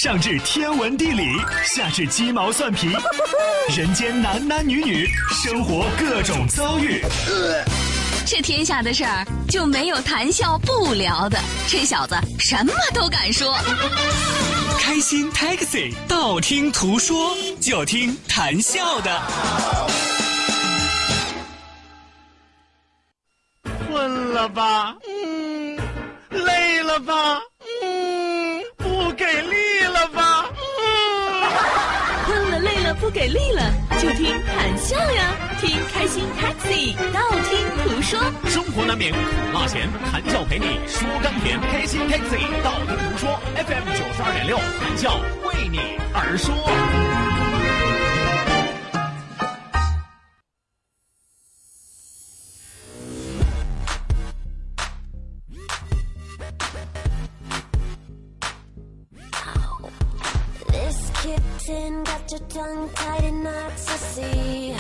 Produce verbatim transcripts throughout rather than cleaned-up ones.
上至天文地理，下至鸡毛蒜皮，人间男男女女，生活各种遭遇。 这天下的事儿就没有谈笑不聊的，这小子什么都敢说。 开心 Taxi， 道听途说，就听谈笑的。 困了吧？嗯。累了吧？嗯。不给力了吧？嗯。 困了累了不给力了，就听谈笑呀，听开心 Taxi， 道听途说。 生活难免苦辣咸，谈笑陪你说甘甜。开心 Taxi， 道听途说 ，F M 九十二点六，谈笑为你而说。 Got your tongue tied in knots, I see.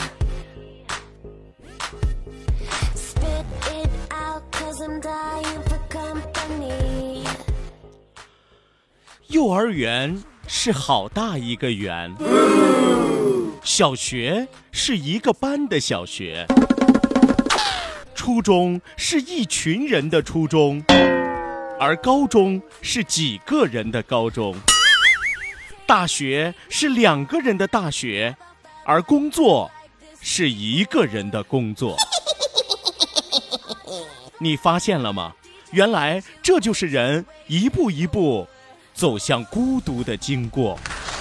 Spit it out, cause I'm dying for company. 幼儿园是好大一个园，小学是一个班的小学，初中是一群人的初中，而高中是几个人的高中。大学是两个人的大学，而工作是一个人的工作。你发现了吗？原来这就是人一步一步走向孤独的经过。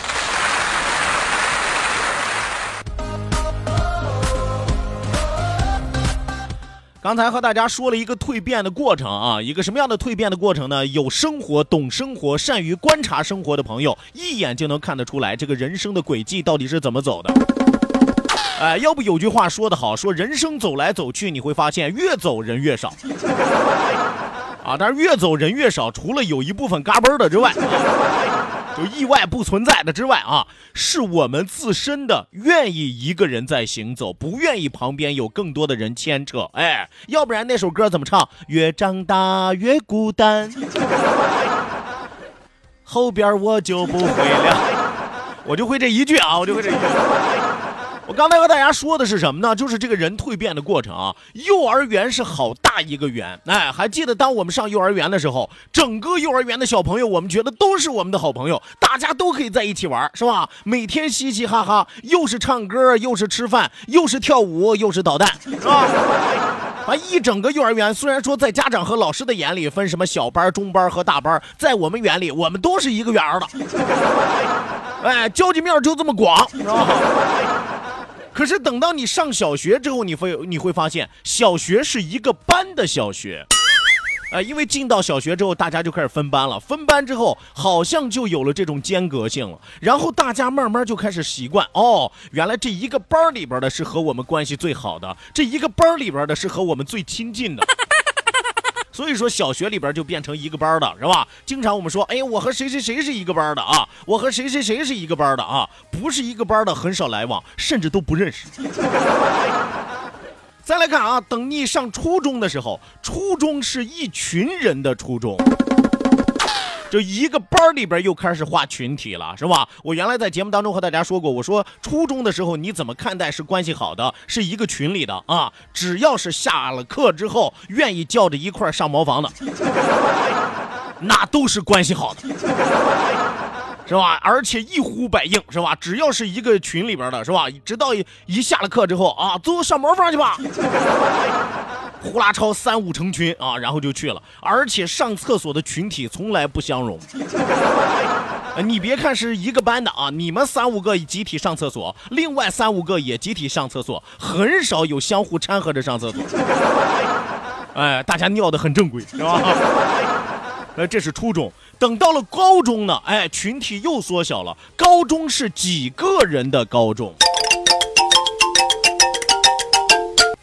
刚才和大家说了一个蜕变的过程啊，一个什么样的蜕变的过程呢？有生活、懂生活、善于观察生活的朋友，一眼就能看得出来这个人生的轨迹到底是怎么走的。哎，要不有句话说得好，说人生走来走去，你会发现越走人越少。啊，但是越走人越少，除了有一部分嘎嘣的之外，就意外不存在的之外啊，是我们自身的愿意一个人在行走，不愿意旁边有更多的人牵扯。哎，要不然那首歌怎么唱？越长大越孤单，后边我就不会了，我就会这一句啊，我就会这一句。我刚才和大家说的是什么呢？就是这个人蜕变的过程啊。幼儿园是好大一个园，哎，还记得当我们上幼儿园的时候，整个幼儿园的小朋友，我们觉得都是我们的好朋友，大家都可以在一起玩，是吧？每天嘻嘻哈哈，又是唱歌，又是吃饭，又是跳舞，又是捣蛋，是吧？啊，一整个幼儿园，虽然说在家长和老师的眼里分什么小班、中班和大班，在我们眼里，我们都是一个园的。哎，交际面就这么广，是吧？可是等到你上小学之后，你会你会发现，小学是一个班的小学，呃，因为进到小学之后，大家就开始分班了。分班之后，好像就有了这种间隔性了。然后大家慢慢就开始习惯，哦，原来这一个班里边的是和我们关系最好的，这一个班里边的是和我们最亲近的。所以说小学里边就变成一个班的，是吧？经常我们说，哎，我和谁谁谁是一个班的啊，我和谁谁谁是一个班的啊，不是一个班的很少来往，甚至都不认识。再来看啊，等你上初中的时候，初中是一群人的初中，就一个班里边又开始划群体了，是吧？我原来在节目当中和大家说过，我说初中的时候你怎么看待是关系好的，是一个群里的啊，只要是下了课之后愿意叫着一块上茅房的，那都是关系好的，是吧？而且一呼百应，是吧？只要是一个群里边的，是吧？直到一下了课之后啊，走上茅房去吧。呼啦超三五成群啊，然后就去了，而且上厕所的群体从来不相容。你别看是一个班的啊，你们三五个集体上厕所，另外三五个也集体上厕所，很少有相互掺和着上厕所。哎，大家尿得很正规，是吧？呃，这是初中。等到了高中呢，哎，群体又缩小了，高中是几个人的高中。是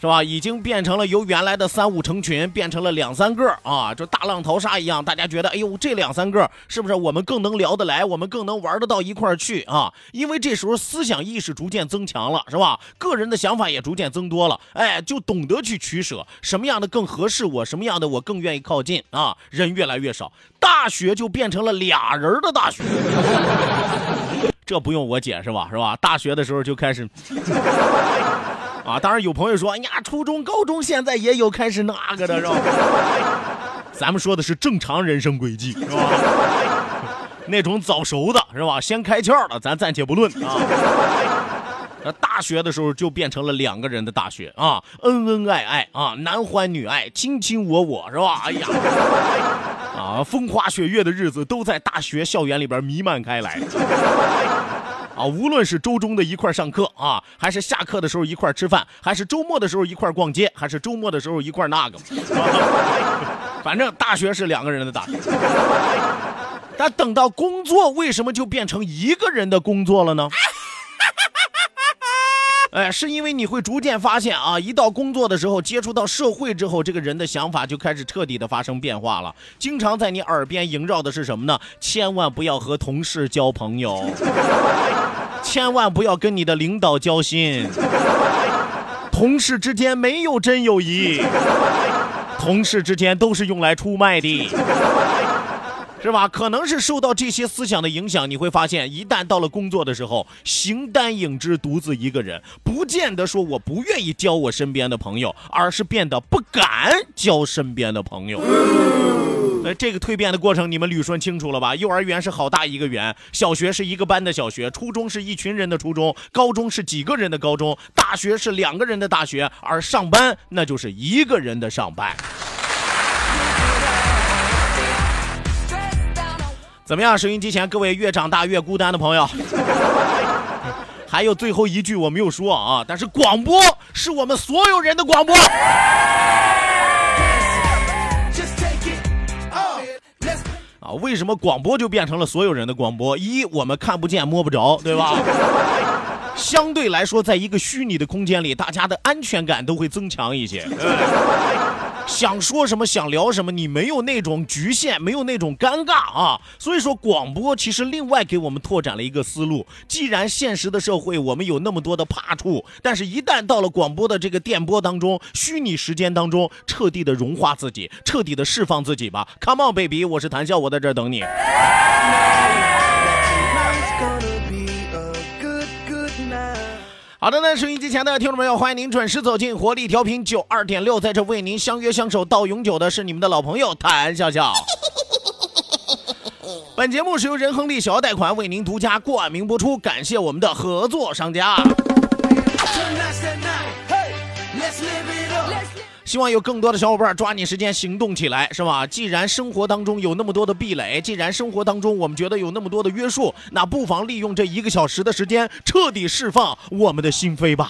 吧？已经变成了由原来的三五成群变成了两三个啊，就大浪淘沙一样。大家觉得，哎呦，这两三个是不是我们更能聊得来，我们更能玩得到一块儿去啊？因为这时候思想意识逐渐增强了，是吧？个人的想法也逐渐增多了，哎，就懂得去取舍，什么样的更合适我，什么样的我更愿意靠近啊。人越来越少，大学就变成了俩人的大学。这不用我解释吧，是吧？大学的时候就开始啊，当然有朋友说，哎呀，初中、高中现在也有开始那个的，是吧？咱们说的是正常人生轨迹，是吧？那种早熟的，是吧？先开窍的，咱暂且不论啊。大学的时候就变成了两个人的大学啊，恩恩爱爱啊，男欢女爱，卿卿我我，是吧？哎呀，啊，风花雪月的日子都在大学校园里边弥漫开来。啊，无论是周中的一块上课啊，还是下课的时候一块吃饭，还是周末的时候一块逛街，还是周末的时候一块那个，啊、反正大学是两个人的大学。但等到工作，为什么就变成一个人的工作了呢？哎，是因为你会逐渐发现啊，一到工作的时候，接触到社会之后，这个人的想法就开始彻底的发生变化了。经常在你耳边萦绕的是什么呢？千万不要和同事交朋友，千万不要跟你的领导交心，同事之间没有真友谊，同事之间都是用来出卖的。是吧？可能是受到这些思想的影响，你会发现一旦到了工作的时候，形单影只，独自一个人，不见得说我不愿意交我身边的朋友，而是变得不敢交身边的朋友。那这个蜕变的过程你们捋顺清楚了吧？幼儿园是好大一个园，小学是一个班的小学，初中是一群人的初中，高中是几个人的高中，大学是两个人的大学，而上班那就是一个人的上班。怎么样，收音机前各位越长大越孤单的朋友？还有最后一句我没有说啊，但是广播是我们所有人的广播。啊，为什么广播就变成了所有人的广播？一，我们看不见摸不着，对吧？相对来说，在一个虚拟的空间里，大家的安全感都会增强一些。想说什么想聊什么，你没有那种局限，没有那种尴尬啊。所以说广播其实另外给我们拓展了一个思路。既然现实的社会我们有那么多的怕处，但是一旦到了广播的这个电波当中，虚拟时间当中，彻底的融化自己，彻底的释放自己吧。 Come on baby， 我是谭笑，我在这儿等你。好的呢，收音机前的听众朋友，欢迎您准时走进活力调频九二点六，在这为您相约相守到永久的是你们的老朋友谭笑笑。本节目是由仁亨利小额贷款为您独家冠名播出，感谢我们的合作商家。希望有更多的小伙伴抓紧时间行动起来，是吧？既然生活当中有那么多的壁垒，既然生活当中我们觉得有那么多的约束，那不妨利用这一个小时的时间，彻底释放我们的心扉吧。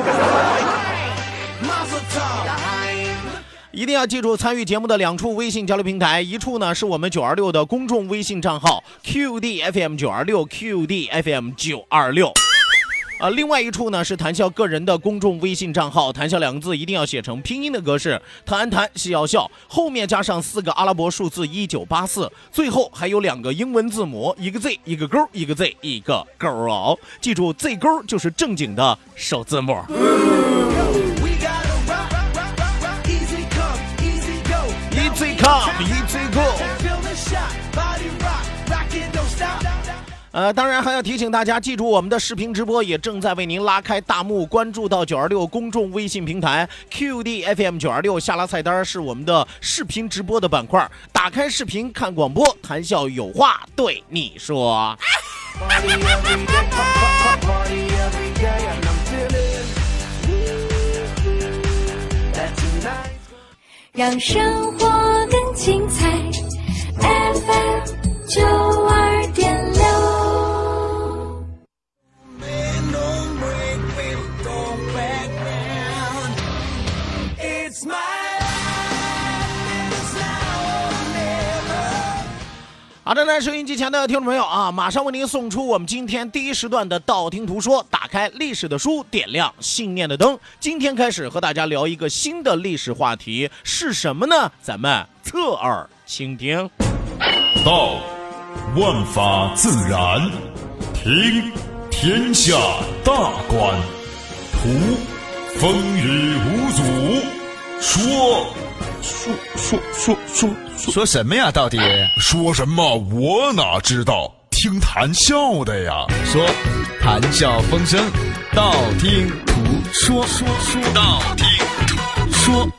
一定要记住参与节目的两处微信交流平台，一处呢是我们九二六的公众微信账号 Q D F M 九二六 Q D F M 九二六。啊，另外一处呢是谈笑个人的公众微信账号，谈笑两个字一定要写成拼音的格式，谈谈笑笑，后面加上四个阿拉伯数字一九八四，最后还有两个英文字母，一个 Z 一个勾，一个 Z 一个勾哦，记住 Z 勾就是正经的首字母。Easy come, easy go。呃，当然还要提醒大家，记住我们的视频直播也正在为您拉开大幕，关注到九二六公众微信平台 Q D F M 九二六，下拉菜单是我们的视频直播的板块，打开视频看广播，谈笑有话对你说。 让生活更精彩 F M 九二点六。 好的在收音机前的听众朋友啊，马上为您送出我们今天第一时段的道听途说，打开历史的书，点亮信念的灯。今天开始和大家聊一个新的历史话题，是什么呢？咱们侧耳倾听。 道，万法自然；听，天下大观；图，风雨无阻；说，说说说说说什么呀？到底说什么？我哪知道？听谈笑的呀。 说，谈笑风生，道听途说，说说道听途说。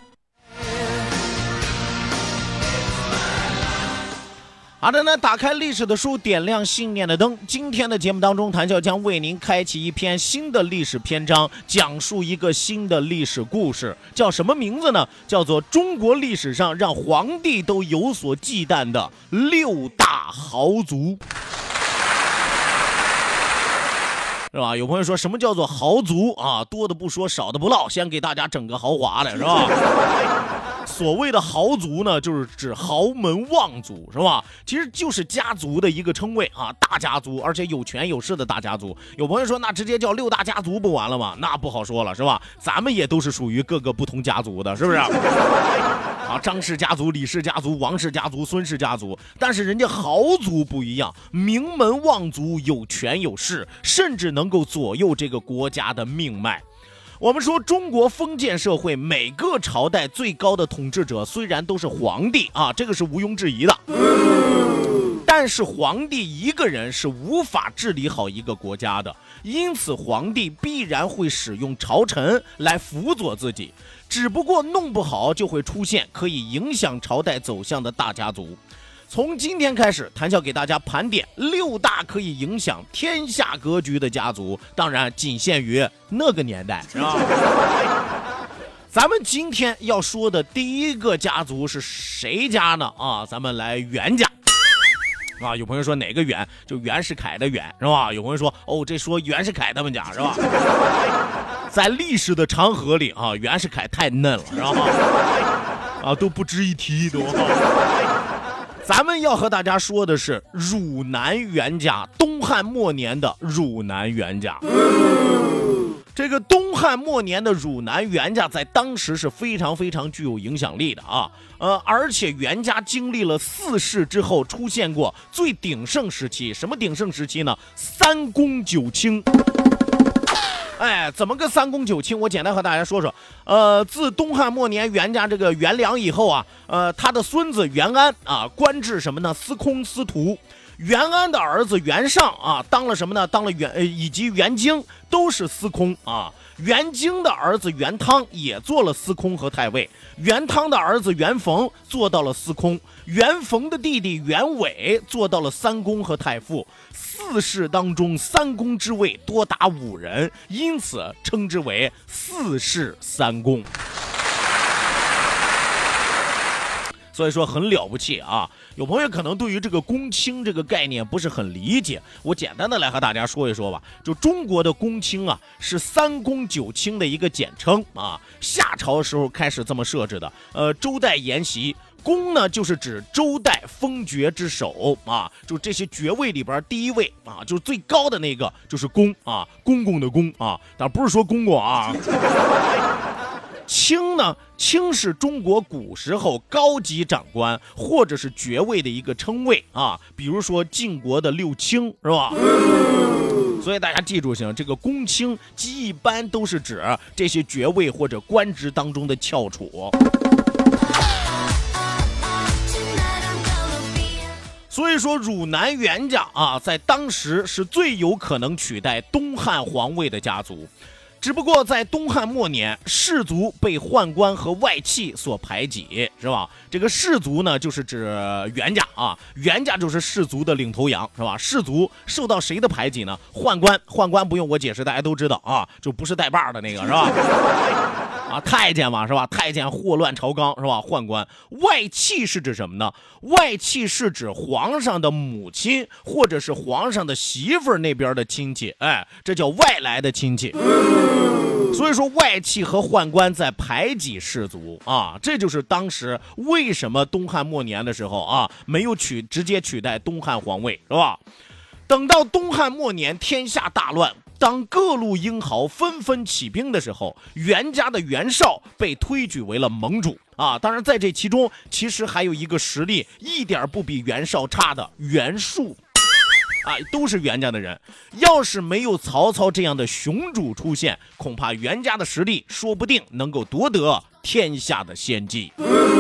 好的呢，打开历史的书，点亮信念的灯。今天的节目当中，谈笑将为您开启一篇新的历史篇章，讲述一个新的历史故事，叫什么名字呢？叫做中国历史上让皇帝都有所忌惮的六大豪族。是吧？有朋友说什么叫做豪族啊？多的不说，少的不唠，先给大家整个豪华的，是吧？所谓的豪族呢，就是指豪门望族，是吧？其实就是家族的一个称谓啊，大家族，而且有权有势的大家族。有朋友说，那直接叫六大家族不完了吗？那不好说了，是吧？咱们也都是属于各个不同家族的，是不是？啊，张氏家族、李氏家族、王氏家族、孙氏家族，但是人家豪族不一样，名门望族，有权有势，甚至能够左右这个国家的命脉。我们说中国封建社会，每个朝代最高的统治者虽然都是皇帝啊，这个是毋庸置疑的，但是皇帝一个人是无法治理好一个国家的，因此皇帝必然会使用朝臣来辅佐自己，只不过弄不好就会出现可以影响朝代走向的大家族。从今天开始，谈笑给大家盘点六大可以影响天下格局的家族，当然仅限于那个年代，是吧？咱们今天要说的第一个家族是谁家呢？啊，咱们来袁家。啊，有朋友说哪个袁？就袁世凯的袁，是吧？有朋友说，哦，这说袁世凯他们家，是吧？在历史的长河里啊，袁世凯太嫩了，是吧？啊，都不值一提都。咱们要和大家说的是汝南袁家，东汉末年的汝南袁家。这个东汉末年的汝南袁家在当时是非常非常具有影响力的啊，呃，而且袁家经历了四世之后，出现过最鼎盛时期。什么鼎盛时期呢？三公九卿。哎，怎么个三公九卿？我简单和大家说说。呃，自东汉末年袁家这个袁良以后啊，呃，他的孙子袁安啊，官至什么呢？司空司徒。袁安的儿子袁尚啊，当了什么呢？当了袁呃以及袁京都是司空啊。袁京的儿子袁汤也做了司空和太尉，袁汤的儿子袁逢做到了司空，袁逢的弟弟袁伟做到了三公和太傅。四世当中，三公之位多达五人，因此称之为四世三公。所以说很了不起啊！有朋友可能对于这个公卿这个概念不是很理解，我简单的来和大家说一说吧。就中国的公卿啊，是三公九卿的一个简称啊。夏朝的时候开始这么设置的。呃，周代沿袭，公呢就是指周代封爵之首啊，就这些爵位里边第一位啊，就是最高的那个就是公啊，公公的公啊，但不是说公公啊。卿呢，卿是中国古时候高级长官或者是爵位的一个称谓啊，比如说晋国的六卿，是吧？所以大家记住行，这个公卿一般都是指这些爵位或者官职当中的翘楚。所以说汝南袁家啊，在当时是最有可能取代东汉皇位的家族。只不过在东汉末年，士族被宦官和外戚所排挤，是吧？这个士族呢，就是指袁家啊，袁家就是士族的领头羊，是吧？士族受到谁的排挤呢？宦官，宦官不用我解释，大家都知道啊，就不是带把的那个，是吧？ 啊，太监嘛是吧？太监祸乱朝纲是吧？宦官。外戚是指什么呢？外戚是指皇上的母亲或者是皇上的媳妇儿那边的亲戚，哎，这叫外来的亲戚。所以说外戚和宦官在排挤士族啊，这就是当时为什么东汉末年的时候啊，没有取直接取代东汉皇位，是吧？等到东汉末年，天下大乱，当各路英豪纷纷起兵的时候，袁家的袁绍被推举为了盟主啊。当然，在这其中，其实还有一个实力一点不比袁绍差的袁术啊，都是袁家的人。要是没有曹操这样的雄主出现，恐怕袁家的实力说不定能够夺得天下的先机。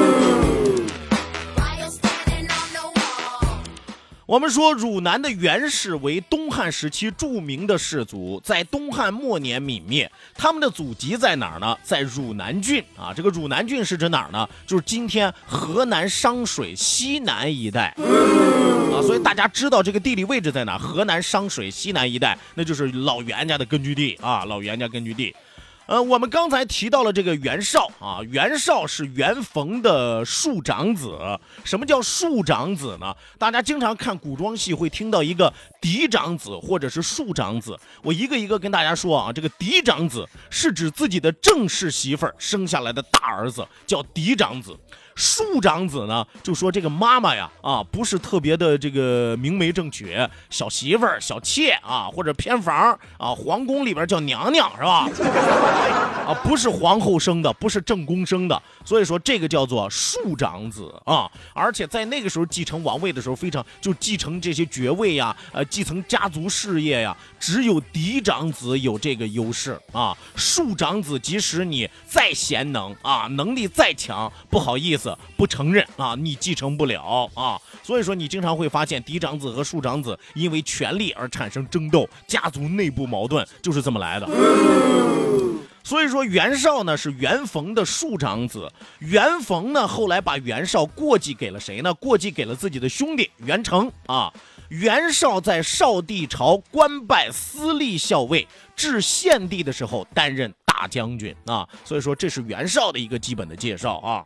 我们说汝南的袁氏为东汉时期著名的氏族，在东汉末年泯灭。他们的祖籍在哪儿呢？在汝南郡啊。这个汝南郡是指哪儿呢？就是今天河南商水西南一带啊。所以大家知道这个地理位置在哪？河南商水西南一带，那就是老袁家的根据地啊，老袁家根据地。呃，我们刚才提到了这个袁绍啊，袁绍是袁逢的庶长子。什么叫庶长子呢？大家经常看古装戏会听到一个嫡长子或者是庶长子。我一个一个跟大家说啊，这个嫡长子是指自己的正室媳妇儿生下来的大儿子，叫嫡长子。庶长子呢，就说这个妈妈呀，啊，不是特别的这个明媒正娶，小媳妇儿、小妾啊，或者偏房啊，皇宫里边叫娘娘是吧？啊，不是皇后生的，不是正宫生的，所以说这个叫做庶长子啊。而且在那个时候继承王位的时候，非常就继承这些爵位呀，呃，继承家族事业呀，只有嫡长子有这个优势啊。庶长子即使你再贤能啊，能力再强，不好意思。不承认啊，你继承不了啊，所以说你经常会发现嫡长子和庶长子因为权力而产生争斗，家族内部矛盾就是这么来的。所以说袁绍呢是袁逢的庶长子，袁逢呢后来把袁绍过继给了谁呢？过继给了自己的兄弟袁成啊。袁绍在少帝朝官拜司隶校尉，至献帝的时候担任大将军啊。所以说这是袁绍的一个基本的介绍啊。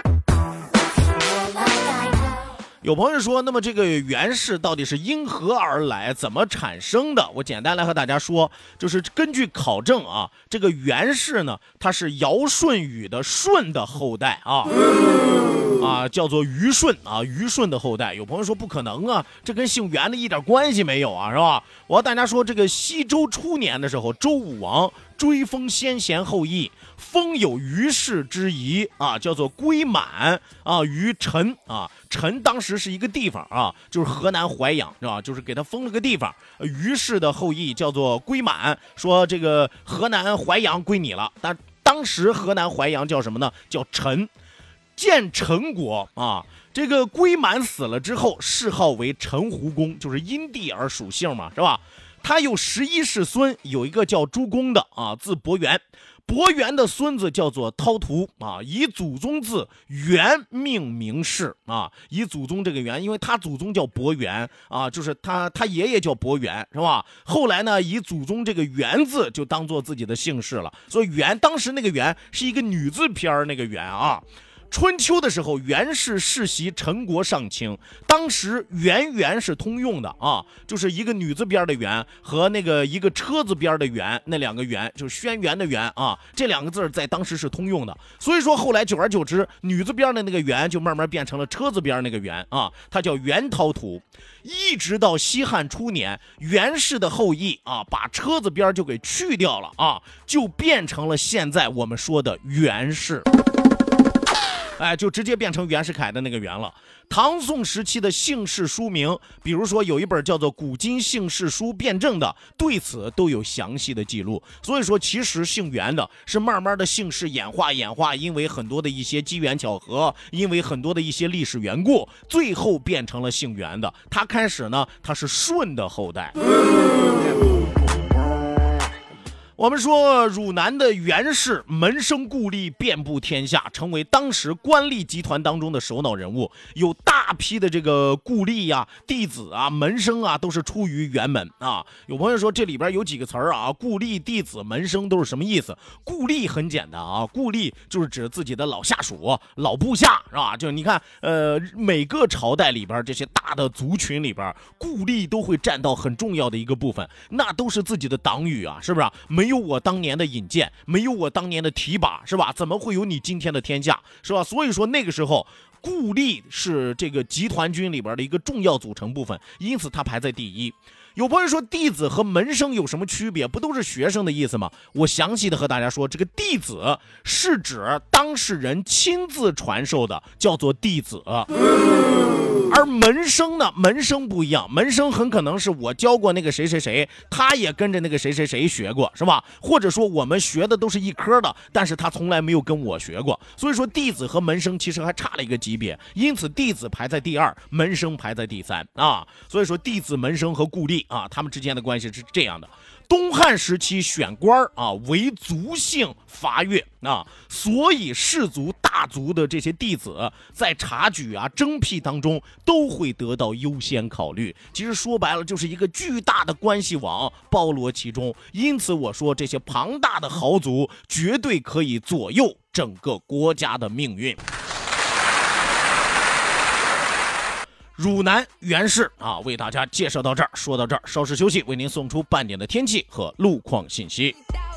有朋友说，那么这个袁氏到底是因何而来，怎么产生的？我简单来和大家说，就是根据考证啊，这个袁氏呢，他是尧舜禹的舜的后代啊，啊，叫做虞舜啊，虞舜的后代。有朋友说不可能啊，这跟姓袁的一点关系没有啊，是吧？我和大家说，这个西周初年的时候，周武王追封先贤后裔，封有虞氏之仪啊，叫做归满啊，于陈啊，陈当时是一个地方啊，就是河南淮阳，是吧？就是给他封了个地方，虞氏的后裔叫做归满，说这个河南淮阳归你了。但当时河南淮阳叫什么呢？叫陈，建陈国啊。这个归满死了之后，谥号为陈胡公，就是因地而属姓嘛，是吧？他有十一世孙，有一个叫朱公的啊，字伯元。伯元的孙子叫做涛图啊，以祖宗字元命名氏啊，以祖宗这个元，因为他祖宗叫伯元啊，就是他他爷爷叫伯元是吧？后来呢，以祖宗这个元字就当做自己的姓氏了，所以元当时那个元是一个女字偏那个元啊。春秋的时候，袁氏世袭陈国上卿，当时袁元是通用的啊，就是一个女字边的袁和那个一个车字边的袁，那两个袁就是轩辕的辕啊，这两个字在当时是通用的。所以说后来久而久之，女字边的那个袁就慢慢变成了车字边那个袁啊，它叫袁涛图。一直到西汉初年，袁氏的后裔啊，把车字边就给去掉了啊，就变成了现在我们说的袁氏。哎，就直接变成袁世凯的那个袁了。唐宋时期的姓氏书名，比如说有一本叫做《古今姓氏书辩证》的，对此都有详细的记录。所以说，其实姓袁的是慢慢的姓氏演化演化，因为很多的一些机缘巧合，因为很多的一些历史缘故，最后变成了姓袁的。他开始呢，他是舜的后代。 我们说汝南的袁氏门生故吏遍布天下，成为当时官吏集团当中的首脑人物，有大批的这个故吏呀、弟子啊、门生啊，都是出于袁门啊。有朋友说这里边有几个词儿啊，故吏、弟子、门生都是什么意思？故吏很简单啊，故吏就是指自己的老下属、老部下，是吧？就是你看，呃，每个朝代里边这些大的族群里边，故吏都会占到很重要的一个部分，那都是自己的党羽啊，是不是？没有我当年的引荐，没有我当年的提拔，是吧？怎么会有你今天的天下，是吧？所以说那个时候故吏是这个集团军里边的一个重要组成部分，因此他排在第一。有朋友说弟子和门生有什么区别？不都是学生的意思吗？我详细的和大家说，这个弟子是指当事人亲自传授的，叫做弟子。而门生呢，门生不一样，门生很可能是我教过那个谁谁谁，他也跟着那个谁谁谁学过，是吧？或者说我们学的都是一科的，但是他从来没有跟我学过。所以说弟子和门生其实还差了一个级别，因此弟子排在第二，门生排在第三啊。所以说弟子、门生和故吏啊，他们之间的关系是这样的。东汉时期选官啊为族姓伐越啊，所以士族大族的这些弟子在察举啊征辟当中都会得到优先考虑。其实说白了就是一个巨大的关系网包罗其中，因此我说这些庞大的豪族绝对可以左右整个国家的命运。汝南袁氏啊，为大家介绍到这儿，说到这儿，稍事休息，为您送出半点的天气和路况信息。